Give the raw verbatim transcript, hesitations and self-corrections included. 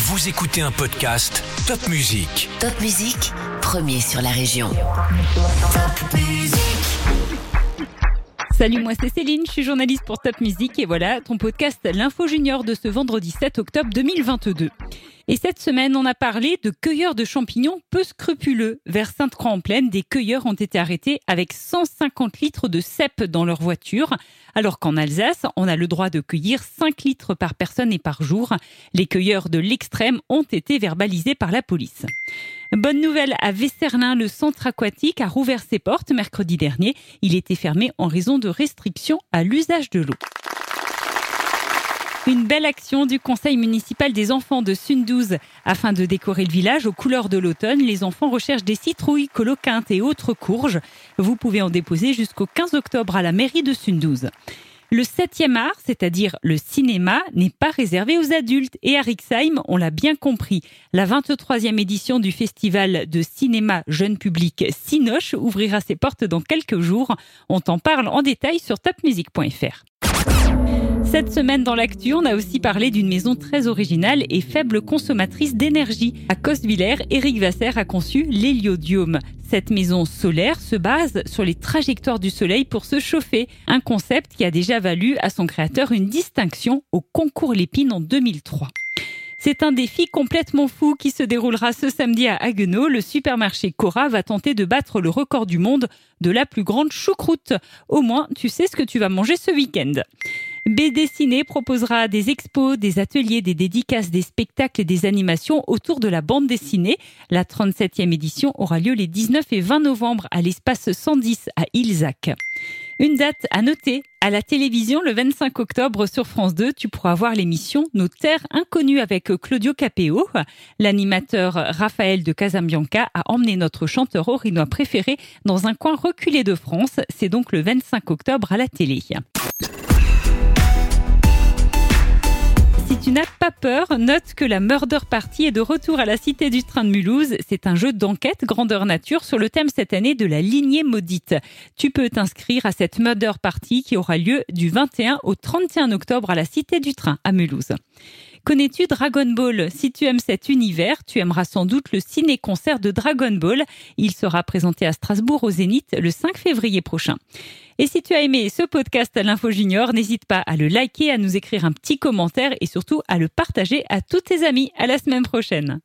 Vous écoutez un podcast Top Music. Top Music, premier sur la région. Top Music. Salut, moi c'est Céline, je suis journaliste pour Top Music et voilà ton podcast L'Info Junior de ce vendredi sept octobre deux mille vingt-deux. Et cette semaine, on a parlé de cueilleurs de champignons peu scrupuleux. Vers Sainte-Croix-en-Plaine, des cueilleurs ont été arrêtés avec cent cinquante litres de cèpe dans leur voiture, alors qu'en Alsace, on a le droit de cueillir cinq litres par personne et par jour. Les cueilleurs de l'extrême ont été verbalisés par la police. Bonne nouvelle à Vesserlin, le centre aquatique a rouvert ses portes mercredi dernier. Il était fermé en raison de restrictions à l'usage de l'eau. Une belle action du conseil municipal des enfants de Sundouze. Afin de décorer le village aux couleurs de l'automne, les enfants recherchent des citrouilles, coloquintes et autres courges. Vous pouvez en déposer jusqu'au quinze octobre à la mairie de Sundouze. Le septième art, c'est-à-dire le cinéma, n'est pas réservé aux adultes. Et à Rixheim, on l'a bien compris. La vingt-troisième édition du festival de cinéma jeune public Cinoche ouvrira ses portes dans quelques jours. On t'en parle en détail sur top music point f r. Cette semaine dans l'actu, on a aussi parlé d'une maison très originale et faible consommatrice d'énergie. À Coswiller, Eric Vasser a conçu l'héliodium. Cette maison solaire se base sur les trajectoires du soleil pour se chauffer. Un concept qui a déjà valu à son créateur une distinction au concours Lépine en deux mille trois. C'est un défi complètement fou qui se déroulera ce samedi à Haguenau. Le supermarché Cora va tenter de battre le record du monde de la plus grande choucroute. Au moins, tu sais ce que tu vas manger ce week-end. B D Ciné proposera des expos, des ateliers, des dédicaces, des spectacles et des animations autour de la bande dessinée. La trente-septième édition aura lieu les dix-neuf et vingt novembre à l'espace cent dix à Ilzac. Une date à noter, à la télévision le vingt-cinq octobre sur France deux, tu pourras voir l'émission Nos Terres Inconnues avec Claudio Capéo. L'animateur Raphaël de Casabianca a emmené notre chanteur orinois préféré dans un coin reculé de France. C'est donc le vingt-cinq octobre à la télé. Si tu n'as pas peur, note que la Murder Party est de retour à la Cité du Train de Mulhouse. C'est un jeu d'enquête grandeur nature sur le thème cette année de la lignée maudite. Tu peux t'inscrire à cette Murder Party qui aura lieu du vingt et un au trente et un octobre à la Cité du Train à Mulhouse. Connais-tu Dragon Ball ? Si tu aimes cet univers, tu aimeras sans doute le ciné-concert de Dragon Ball. Il sera présenté à Strasbourg au Zénith le cinq février prochain. Et si tu as aimé ce podcast à l'Info Junior, n'hésite pas à le liker, à nous écrire un petit commentaire et surtout à le partager à tous tes amis. À la semaine prochaine.